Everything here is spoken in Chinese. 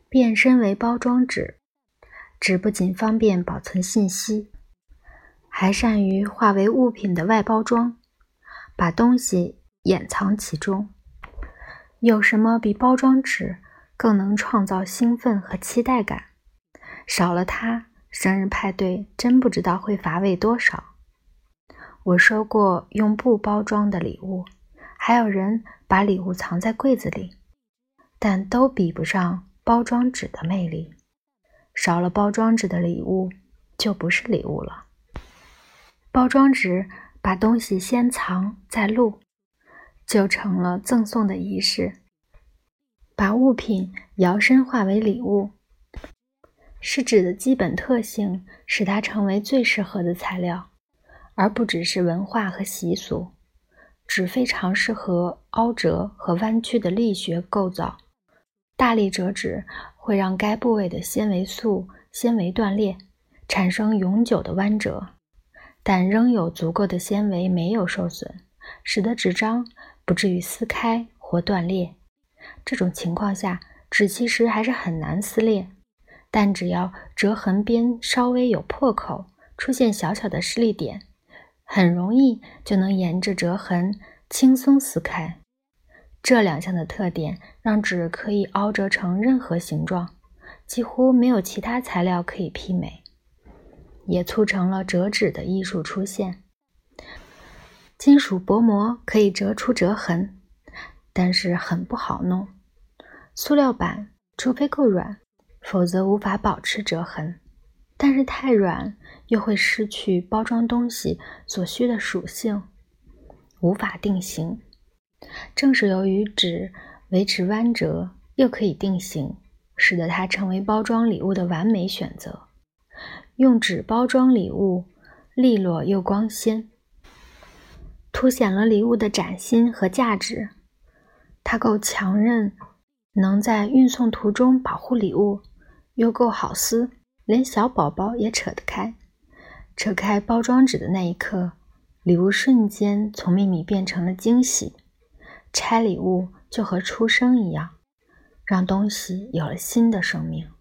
变身为包装纸。纸不仅方便保存信息，还善于化为物品的外包装，把东西掩藏其中。有什么比包装纸更能创造兴奋和期待感？少了它，生日派对真不知道会乏味多少。我收过用布包装的礼物，还有人把礼物藏在柜子里，但都比不上包装纸的魅力。少了包装纸的礼物，就不是礼物了。包装纸把东西先藏再录，就成了赠送的仪式。把物品摇身化为礼物，是纸的基本特性使它成为最适合的材料，而不只是文化和习俗。纸非常适合凹折和弯曲的力学构造，大力折纸会让该部位的纤维素纤维断裂，产生永久的弯折，但仍有足够的纤维没有受损，使得纸张不至于撕开或断裂。这种情况下，纸其实还是很难撕裂，但只要折痕边稍微有破口，出现小小的施力点，很容易就能沿着折痕轻松撕开。这两项的特点让纸可以凹折成任何形状，几乎没有其他材料可以媲美，也促成了折纸的艺术出现。金属薄膜可以折出折痕，但是很不好弄。塑料板除非够软，否则无法保持折痕，但是太软又会失去包装东西所需的属性，无法定型。正是由于纸维持弯折又可以定型，使得它成为包装礼物的完美选择。用纸包装礼物，利落又光鲜，凸显了礼物的崭新和价值。它够强韧，能在运送途中保护礼物，又够好撕，连小宝宝也扯得开。扯开包装纸的那一刻，礼物瞬间从秘密变成了惊喜。拆礼物就和出生一样，让东西有了新的生命。